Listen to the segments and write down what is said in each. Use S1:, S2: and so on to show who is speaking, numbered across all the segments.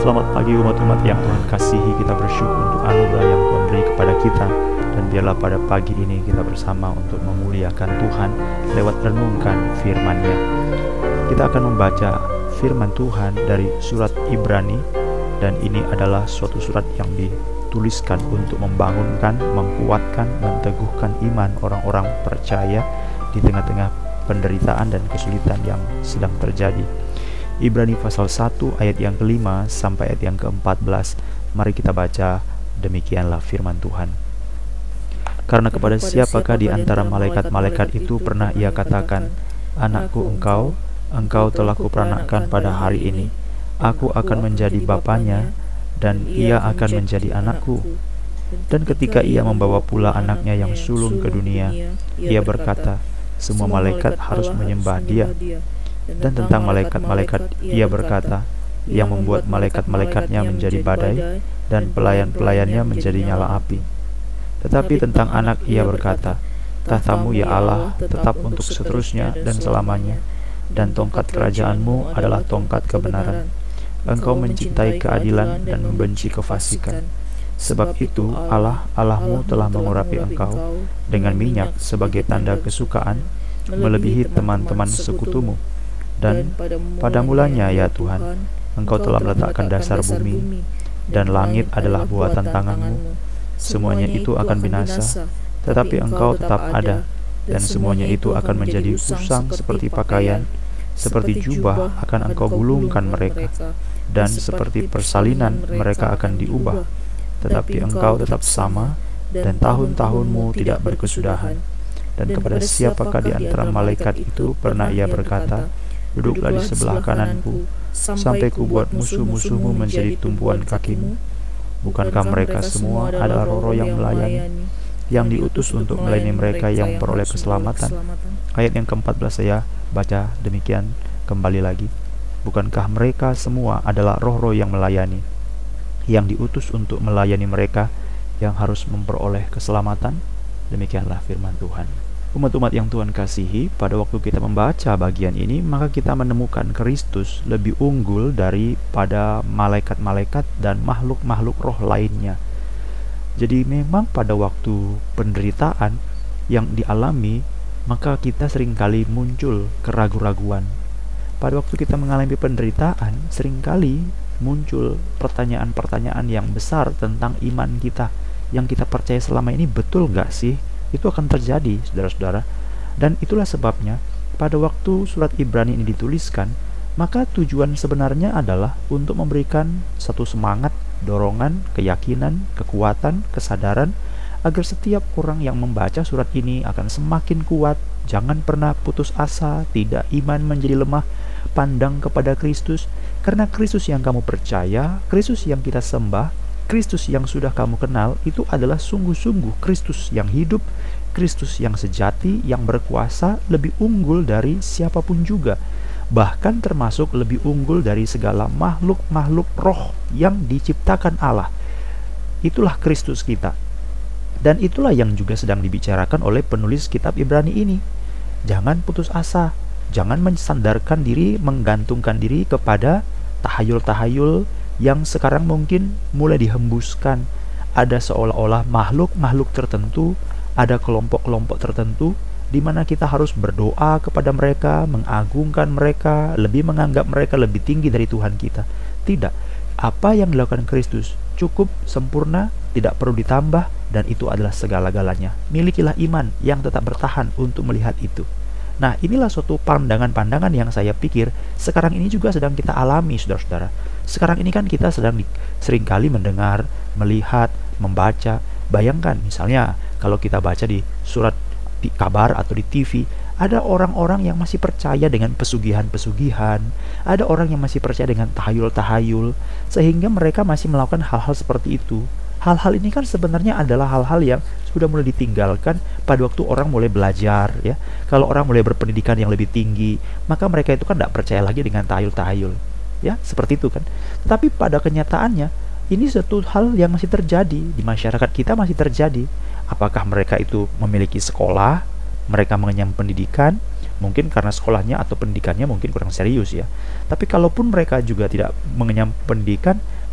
S1: Selamat pagi umat-umat yang Tuhan kasihi. Kita bersyukur untuk anugerah yang Tuhan beri kepada kita. Dan biarlah pada pagi ini kita bersama untuk memuliakan Tuhan lewat renungkan firman-Nya. Kita akan membaca firman Tuhan dari surat Ibrani. Dan ini adalah suatu surat yang dituliskan untuk membangunkan, menguatkan, menteguhkan iman orang-orang percaya di tengah-tengah penderitaan dan kesulitan yang sedang terjadi. Ibrani pasal 1 ayat yang kelima sampai ayat yang ke-14. Mari kita baca, demikianlah firman Tuhan. Karena kepada siapakah di antara malaikat-malaikat itu pernah ia katakan, "Anakku engkau telah kuperanakkan pada hari ini. Aku akan menjadi bapanya, dan ia akan menjadi anakku." Dan ketika ia membawa pula anaknya yang sulung ke dunia, ia berkata, "Semua malaikat harus menyembah dia." Dan tentang malaikat-malaikat ia berkata, "Yang membuat malaikat-malaikatnya menjadi badai, dan pelayan-pelayannya menjadi nyala api." Tetapi tentang anak ia berkata, "Tahtamu ya Allah tetap untuk seterusnya dan selamanya, dan tongkat kerajaanmu adalah tongkat kebenaran. Engkau mencintai keadilan dan membenci kefasikan. Sebab itu Allahmu telah mengurapi engkau dengan minyak sebagai tanda kesukaan, melebihi teman-teman sekutumu. Dan pada mulanya ya Tuhan, Engkau telah meletakkan dasar bumi, dan langit adalah buatan tanganmu. Semuanya itu akan binasa, tetapi Engkau tetap ada, dan semuanya itu akan menjadi usang seperti pakaian, seperti jubah akan Engkau gulungkan mereka, dan seperti persalinan mereka akan diubah. Tetapi Engkau tetap sama, dan tahun-tahunmu tidak berkesudahan. Dan kepada siapakah di antara malaikat itu pernah ia berkata, 'Duduklah di sebelah kananku, sampai kubuat musuh-musuhmu menjadi tumpuan kakimu'? Bukankah mereka semua adalah roh-roh yang melayani, yang diutus untuk melayani mereka yang memperoleh keselamatan?" Ayat yang ke-14 saya baca demikian kembali lagi. Bukankah mereka semua adalah roh-roh yang melayani, yang diutus untuk melayani mereka yang harus memperoleh keselamatan? Demikianlah firman Tuhan. Umat-umat yang Tuhan kasihi, pada waktu kita membaca bagian ini, maka kita menemukan Kristus lebih unggul daripada malaikat-malaikat dan makhluk-makhluk roh lainnya. Jadi memang pada waktu penderitaan yang dialami, maka kita seringkali muncul keraguan-raguan. Pada waktu kita mengalami penderitaan, seringkali muncul pertanyaan-pertanyaan yang besar tentang iman kita. Yang kita percaya selama ini betul gak sih? Itu akan terjadi, saudara-saudara. Dan itulah sebabnya pada waktu surat Ibrani ini dituliskan, maka tujuan sebenarnya adalah untuk memberikan satu semangat, dorongan, keyakinan, kekuatan, kesadaran, agar setiap orang yang membaca surat ini akan semakin kuat. Jangan pernah putus asa, tidak iman menjadi lemah, pandang kepada Kristus, karena Kristus yang kamu percaya, Kristus yang kita sembah, Kristus yang sudah kamu kenal, itu adalah sungguh-sungguh Kristus yang hidup, Kristus yang sejati, yang berkuasa, lebih unggul dari siapapun juga, bahkan termasuk lebih unggul dari segala makhluk-makhluk roh yang diciptakan Allah. Itulah Kristus kita. Dan itulah yang juga sedang dibicarakan oleh penulis kitab Ibrani ini. Jangan putus asa, jangan mensandarkan diri, menggantungkan diri kepada tahayul-tahayul yang sekarang mungkin mulai dihembuskan. Ada seolah-olah makhluk-makhluk tertentu, ada kelompok-kelompok tertentu di mana kita harus berdoa kepada mereka, mengagungkan mereka, lebih menganggap mereka lebih tinggi dari Tuhan kita. Tidak. Apa yang dilakukan Kristus cukup sempurna, tidak perlu ditambah, dan itu adalah segala-galanya. Milikilah iman yang tetap bertahan untuk melihat itu. Nah, inilah suatu pandangan-pandangan yang saya pikir sekarang ini juga sedang kita alami, saudara-saudara. Sekarang ini kan kita sedang seringkali mendengar, melihat, membaca. Bayangkan misalnya kalau kita baca di surat kabar atau di TV, ada orang-orang yang masih percaya dengan pesugihan-pesugihan, ada orang yang masih percaya dengan tahayul-tahayul, sehingga mereka masih melakukan hal-hal seperti itu. Hal-hal ini kan sebenarnya adalah hal-hal yang sudah mulai ditinggalkan pada waktu orang mulai belajar, ya. Kalau orang mulai berpendidikan yang lebih tinggi, maka mereka itu kan tidak percaya lagi dengan tahayul-tahayul, ya, seperti itu kan. Tetapi pada kenyataannya ini satu hal yang masih terjadi di masyarakat kita, masih terjadi. Apakah mereka itu memiliki sekolah, mereka mengenyam pendidikan, mungkin karena sekolahnya atau pendidikannya mungkin kurang serius, ya. Tapi kalaupun mereka juga tidak mengenyam pendidikan,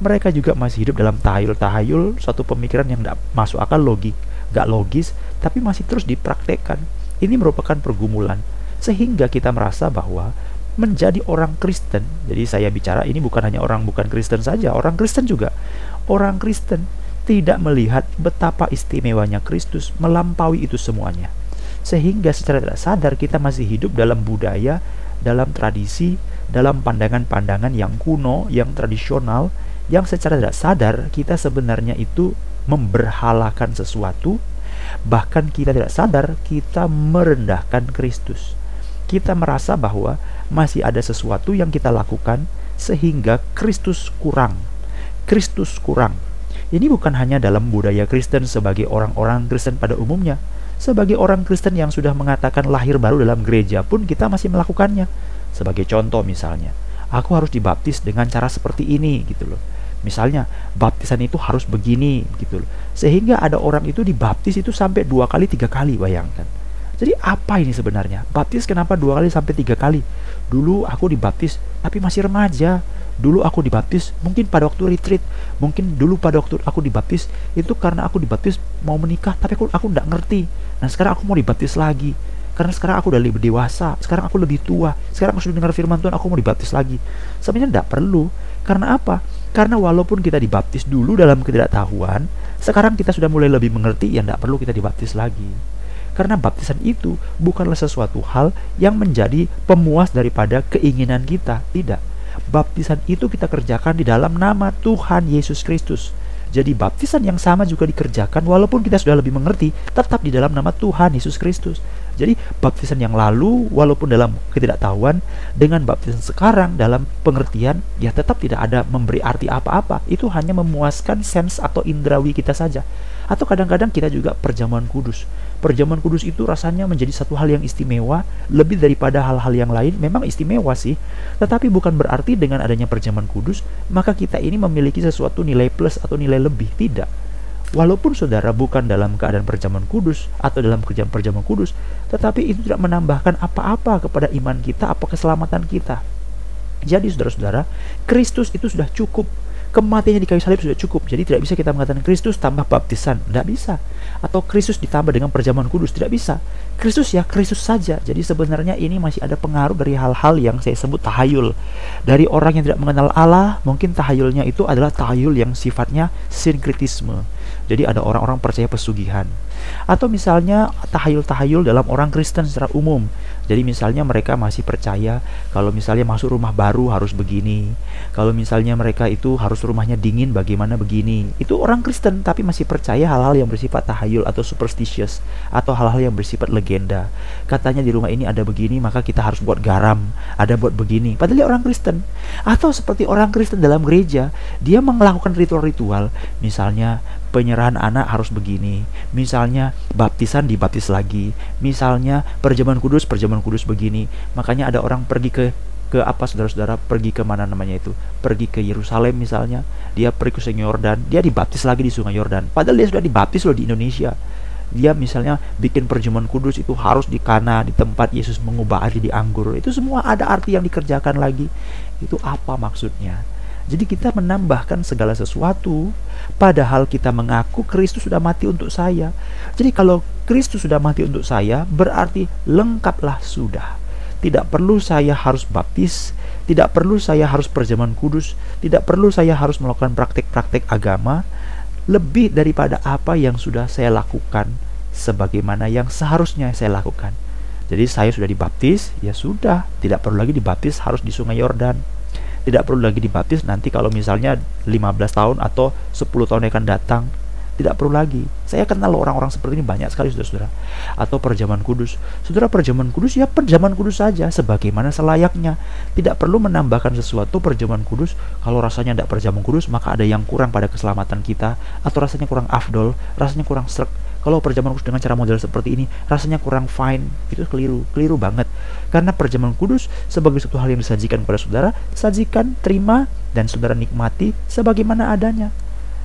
S1: mereka juga masih hidup dalam tahayul-tahayul, suatu pemikiran yang tidak masuk akal, gak logis, tapi masih terus dipraktekkan. Ini merupakan pergumulan, sehingga kita merasa bahwa menjadi orang Kristen, jadi saya bicara ini bukan hanya orang bukan Kristen saja, orang Kristen juga. Orang Kristen tidak melihat betapa istimewanya Kristus melampaui itu semuanya. Sehingga secara tidak sadar kita masih hidup dalam budaya, dalam tradisi, dalam pandangan-pandangan yang kuno, yang tradisional, yang secara tidak sadar kita sebenarnya itu memberhalakan sesuatu. Bahkan kita tidak sadar kita merendahkan Kristus. Kita merasa bahwa masih ada sesuatu yang kita lakukan sehingga Kristus kurang. Kristus kurang. Ini bukan hanya dalam budaya Kristen sebagai orang-orang Kristen pada umumnya. Sebagai orang Kristen yang sudah mengatakan lahir baru dalam gereja pun kita masih melakukannya. Sebagai contoh misalnya, aku harus dibaptis dengan cara seperti ini gitu loh. Misalnya, baptisan itu harus begini gitu loh. Sehingga ada orang itu dibaptis itu sampai 2 kali 3 kali, bayangkan. Jadi apa ini sebenarnya? Baptis kenapa 2 kali sampai 3 kali? Dulu aku dibaptis tapi masih remaja. Dulu aku dibaptis mungkin pada waktu retreat. Mungkin dulu pada waktu aku dibaptis itu karena aku dibaptis mau menikah, tapi aku enggak ngerti. Nah sekarang aku mau dibaptis lagi karena sekarang aku udah lebih dewasa, sekarang aku lebih tua, sekarang aku sudah dengar firman Tuhan, aku mau dibaptis lagi. Sebenarnya enggak perlu. Karena apa? Karena walaupun kita dibaptis dulu dalam ketidaktahuan, sekarang kita sudah mulai lebih mengerti, ya enggak perlu kita dibaptis lagi. Karena baptisan itu bukanlah sesuatu hal yang menjadi pemuas daripada keinginan kita. Tidak. Baptisan itu kita kerjakan di dalam nama Tuhan Yesus Kristus. Jadi baptisan yang sama juga dikerjakan walaupun kita sudah lebih mengerti, tetap di dalam nama Tuhan Yesus Kristus. Jadi baptisan yang lalu walaupun dalam ketidaktahuan, dengan baptisan sekarang dalam pengertian, ya tetap tidak ada memberi arti apa-apa. Itu hanya memuaskan sense atau indrawi kita saja. Atau kadang-kadang kita juga perjamuan kudus. Perjamuan kudus itu rasanya menjadi satu hal yang istimewa, lebih daripada hal-hal yang lain. Memang istimewa sih, tetapi bukan berarti dengan adanya perjamuan kudus maka kita ini memiliki sesuatu nilai plus atau nilai lebih. Tidak. Walaupun saudara bukan dalam keadaan perjamuan kudus atau dalam kerjaan perjamuan kudus, tetapi itu tidak menambahkan apa-apa kepada iman kita, apa keselamatan kita. Jadi saudara-saudara, Kristus itu sudah cukup. Kematiannya di kayu salib sudah cukup. Jadi tidak bisa kita mengatakan Kristus tambah baptisan, tidak bisa. Atau Kristus ditambah dengan perjamuan kudus, tidak bisa. Kristus ya Kristus saja. Jadi sebenarnya ini masih ada pengaruh dari hal-hal yang saya sebut tahayul. Dari orang yang tidak mengenal Allah, mungkin tahayulnya itu adalah tahayul yang sifatnya sinkritisme. Jadi ada orang-orang percaya pesugihan. Atau misalnya tahayul-tahayul dalam orang Kristen secara umum. Jadi misalnya mereka masih percaya kalau misalnya masuk rumah baru harus begini. Kalau misalnya mereka itu harus rumahnya dingin bagaimana begini. Itu orang Kristen tapi masih percaya hal-hal yang bersifat tahayul atau superstitious, atau hal-hal yang bersifat legenda. Katanya di rumah ini ada begini, maka kita harus buat garam, ada buat begini. Padahal dia orang Kristen. Atau seperti orang Kristen dalam gereja, dia melakukan ritual-ritual. Misalnya penyerahan anak harus begini, misalnya baptisan dibaptis lagi, misalnya perjamuan kudus begini. Makanya ada orang pergi ke apa saudara-saudara, pergi ke mana namanya itu, pergi ke Yerusalem misalnya, dia pergi ke Sungai Yordan, dia dibaptis lagi di Sungai Yordan, padahal dia sudah dibaptis loh di Indonesia. Dia misalnya bikin perjamuan kudus itu harus di Kana, di tempat Yesus mengubah air di anggur. Itu semua ada arti yang dikerjakan lagi. Itu apa maksudnya? Jadi kita menambahkan segala sesuatu, padahal kita mengaku Kristus sudah mati untuk saya. Jadi kalau Kristus sudah mati untuk saya, berarti lengkaplah sudah. Tidak perlu saya harus baptis, tidak perlu saya harus perjamuan kudus, tidak perlu saya harus melakukan praktek-praktek agama, lebih daripada apa yang sudah saya lakukan, sebagaimana yang seharusnya saya lakukan. Jadi saya sudah dibaptis, ya sudah, tidak perlu lagi dibaptis harus di Sungai Yordan. Tidak perlu lagi dibaptis nanti kalau misalnya 15 tahun atau 10 tahun yang akan datang. Tidak perlu lagi. Saya kenal orang-orang seperti ini banyak sekali saudara-saudara. Atau perjamuan kudus. Saudara, perjamuan kudus ya perjamuan kudus saja sebagaimana selayaknya. Tidak perlu menambahkan sesuatu perjamuan kudus. Kalau rasanya tidak perjamuan kudus, maka ada yang kurang pada keselamatan kita, atau rasanya kurang afdol, rasanya kurang srek. Kalau perjamuan kudus dengan cara model seperti ini rasanya kurang fine. Itu keliru banget. Karena perjamuan kudus sebagai suatu hal yang disajikan kepada saudara, sajikan, terima, dan saudara nikmati sebagaimana adanya.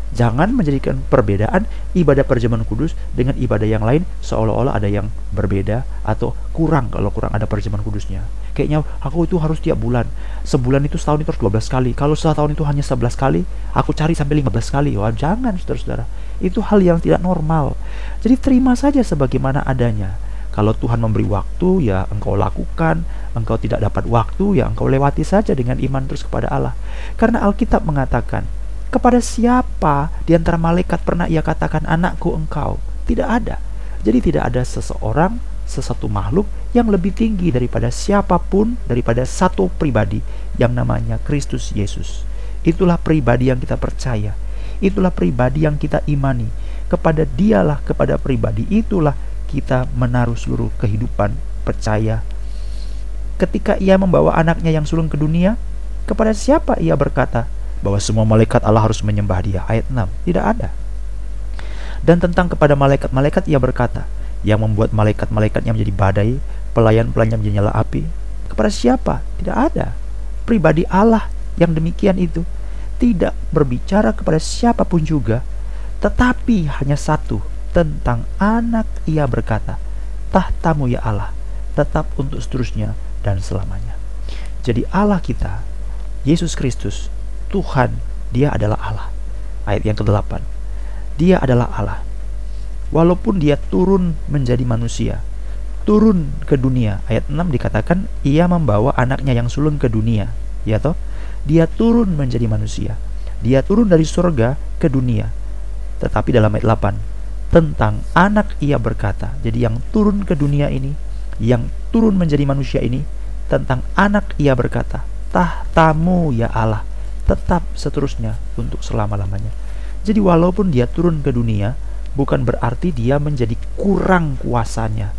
S1: Jangan menjadikan perbedaan ibadah perjamuan kudus dengan ibadah yang lain seolah-olah ada yang berbeda atau kurang kalau kurang ada perjamuan kudusnya. Kayaknya aku itu harus tiap bulan. Sebulan itu setahun itu harus 12 kali. Kalau setahun itu hanya 11 kali, aku cari sampai 15 kali. Wah, jangan saudara-saudara. Itu hal yang tidak normal. Jadi terima saja sebagaimana adanya. Kalau Tuhan memberi waktu, ya engkau lakukan. Engkau tidak dapat waktu, ya engkau lewati saja dengan iman terus kepada Allah. Karena Alkitab mengatakan, kepada siapa di antara malaikat pernah ia katakan, anakku engkau? Tidak ada. Jadi tidak ada seseorang, sesatu makhluk yang lebih tinggi daripada siapapun, daripada satu pribadi yang namanya Kristus Yesus. Itulah pribadi yang kita percaya. Itulah pribadi yang kita imani. Kepada dialah, kepada pribadi itulah kita menaruh seluruh kehidupan percaya. Ketika ia membawa anaknya yang sulung ke dunia, kepada siapa ia berkata bahwa semua malaikat Allah harus menyembah dia? Ayat 6, tidak ada. Dan tentang kepada malaikat-malaikat ia berkata, yang membuat malaikat-malaikatnya menjadi badai, pelayan-pelayannya menjadi nyala api. Kepada siapa? Tidak ada. Pribadi Allah yang demikian itu tidak berbicara kepada siapapun juga, tetapi hanya satu, tentang anak ia berkata, tahtamu ya Allah, tetap untuk seterusnya dan selamanya. Jadi Allah kita, Yesus Kristus, Tuhan, dia adalah Allah. Ayat yang ke-8, dia adalah Allah. Walaupun dia turun menjadi manusia, turun ke dunia. Ayat 6 dikatakan, ia membawa anaknya yang sulung ke dunia. Ya toh? Dia turun menjadi manusia. Dia turun dari surga ke dunia. Tetapi dalam ayat 8, tentang anak ia berkata. Jadi yang turun ke dunia ini, yang turun menjadi manusia ini, tentang anak ia berkata, tahtamu ya Allah, tetap seterusnya untuk selama-lamanya. Jadi walaupun dia turun ke dunia, bukan berarti dia menjadi kurang kuasanya,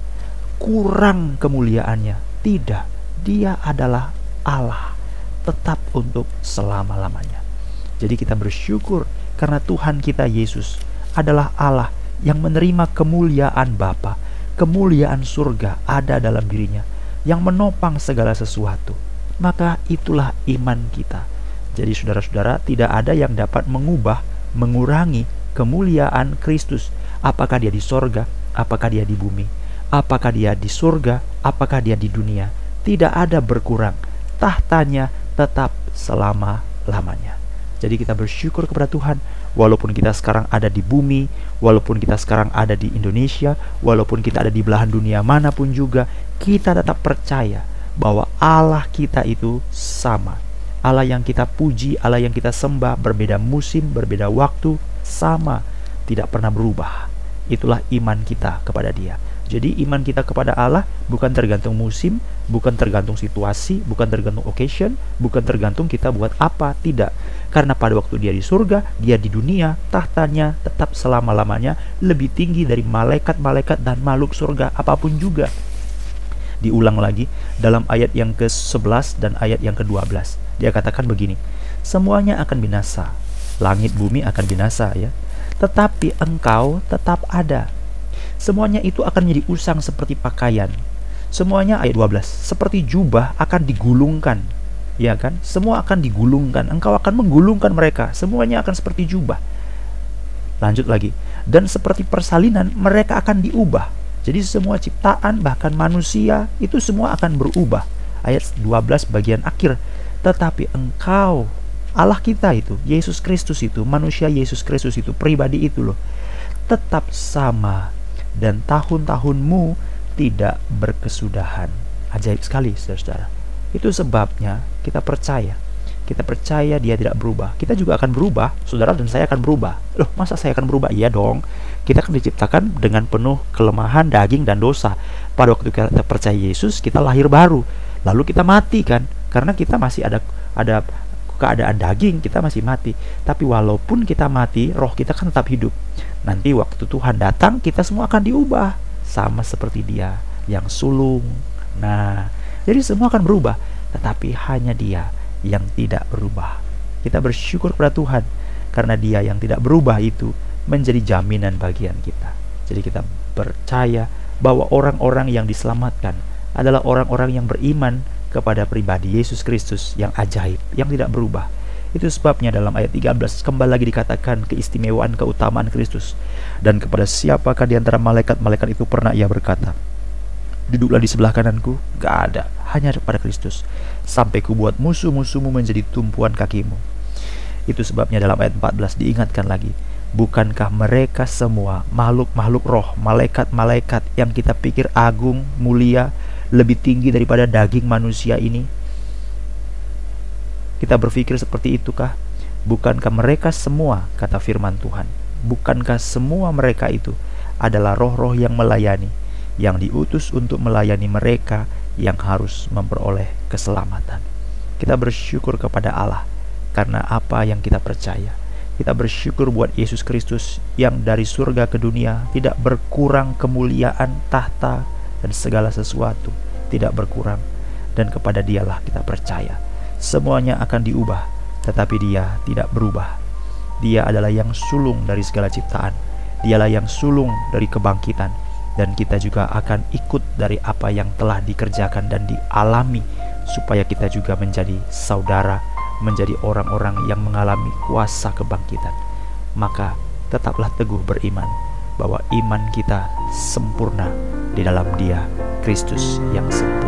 S1: kurang kemuliaannya. Tidak, dia adalah Allah, tetap untuk selama-lamanya. Jadi kita bersyukur karena Tuhan kita Yesus adalah Allah yang menerima kemuliaan Bapa, kemuliaan surga ada dalam dirinya, yang menopang segala sesuatu. Maka itulah iman kita. Jadi saudara-saudara, tidak ada yang dapat mengubah, mengurangi kemuliaan Kristus. Apakah dia di sorga, apakah dia di bumi, apakah dia di surga, apakah dia di dunia. Tidak ada berkurang. Tahtanya tetap selama-lamanya. Jadi kita bersyukur kepada Tuhan. Walaupun kita sekarang ada di bumi, walaupun kita sekarang ada di Indonesia, walaupun kita ada di belahan dunia manapun juga, kita tetap percaya bahwa Allah kita itu sama. Allah yang kita puji, Allah yang kita sembah, berbeda musim, berbeda waktu, sama, tidak pernah berubah. Itulah iman kita kepada Dia. Jadi iman kita kepada Allah bukan tergantung musim, bukan tergantung situasi, bukan tergantung occasion, bukan tergantung kita buat apa, tidak. Karena pada waktu Dia di surga, Dia di dunia, tahtanya tetap selama-lamanya lebih tinggi dari malaikat-malaikat dan makhluk surga apapun juga. Diulang lagi dalam ayat yang ke-11 dan ayat yang ke-12. Dia katakan begini, semuanya akan binasa, langit bumi akan binasa ya, tetapi engkau tetap ada. Semuanya itu akan menjadi usang seperti pakaian. Semuanya, ayat 12, seperti jubah akan digulungkan. Ya kan? Semua akan digulungkan. Engkau akan menggulungkan mereka. Semuanya akan seperti jubah. Lanjut lagi. Dan seperti persalinan mereka akan diubah. Jadi semua ciptaan, bahkan manusia, itu semua akan berubah. Ayat 12 bagian akhir. Tetapi engkau, Allah kita itu, Yesus Kristus itu, manusia Yesus Kristus itu, pribadi itu loh, tetap sama. Dan tahun-tahunmu tidak berkesudahan. Ajaib sekali saudara-saudara. Itu sebabnya kita percaya. Kita percaya Dia tidak berubah. Kita juga akan berubah, saudara dan saya akan berubah. Loh, masa saya akan berubah? Iya dong. Kita akan diciptakan dengan penuh kelemahan daging dan dosa. Pada waktu kita percaya Yesus, kita lahir baru. Lalu kita mati kan? Karena kita masih ada keadaan daging, kita masih mati. Tapi walaupun kita mati, roh kita kan tetap hidup. Nanti waktu Tuhan datang, kita semua akan diubah sama seperti Dia yang sulung. Nah, jadi semua akan berubah, tetapi hanya Dia yang tidak berubah. Kita bersyukur kepada Tuhan karena Dia yang tidak berubah itu menjadi jaminan bagian kita. Jadi kita percaya bahwa orang-orang yang diselamatkan adalah orang-orang yang beriman kepada pribadi Yesus Kristus yang ajaib, yang tidak berubah, Itu sebabnya dalam ayat 13 kembali lagi dikatakan keistimewaan keutamaan Kristus. Dan kepada siapakah di antara malaikat-malaikat itu pernah ia berkata, duduklah di sebelah kananku? Gak ada, hanya kepada Kristus. Sampai ku buat musuh-musuhmu menjadi tumpuan kakimu. Itu sebabnya dalam ayat 14 diingatkan lagi, bukankah mereka semua makhluk-makhluk roh, malaikat-malaikat yang kita pikir agung, mulia, lebih tinggi daripada daging manusia ini? Kita berpikir seperti itukah? Bukankah mereka semua, kata firman Tuhan, bukankah semua mereka itu adalah roh-roh yang melayani, yang diutus untuk melayani mereka yang harus memperoleh keselamatan. Kita bersyukur kepada Allah karena apa yang kita percaya. Kita bersyukur buat Yesus Kristus yang dari surga ke dunia tidak berkurang kemuliaan, tahta, dan segala sesuatu tidak berkurang. Dan kepada Dialah kita percaya. Semuanya akan diubah, tetapi Dia tidak berubah. Dia adalah yang sulung dari segala ciptaan. Dialah yang sulung dari kebangkitan. Dan kita juga akan ikut dari apa yang telah dikerjakan dan dialami, supaya kita juga menjadi saudara, menjadi orang-orang yang mengalami kuasa kebangkitan. Maka tetaplah teguh beriman bahwa iman kita sempurna di dalam Dia, Kristus yang sempurna.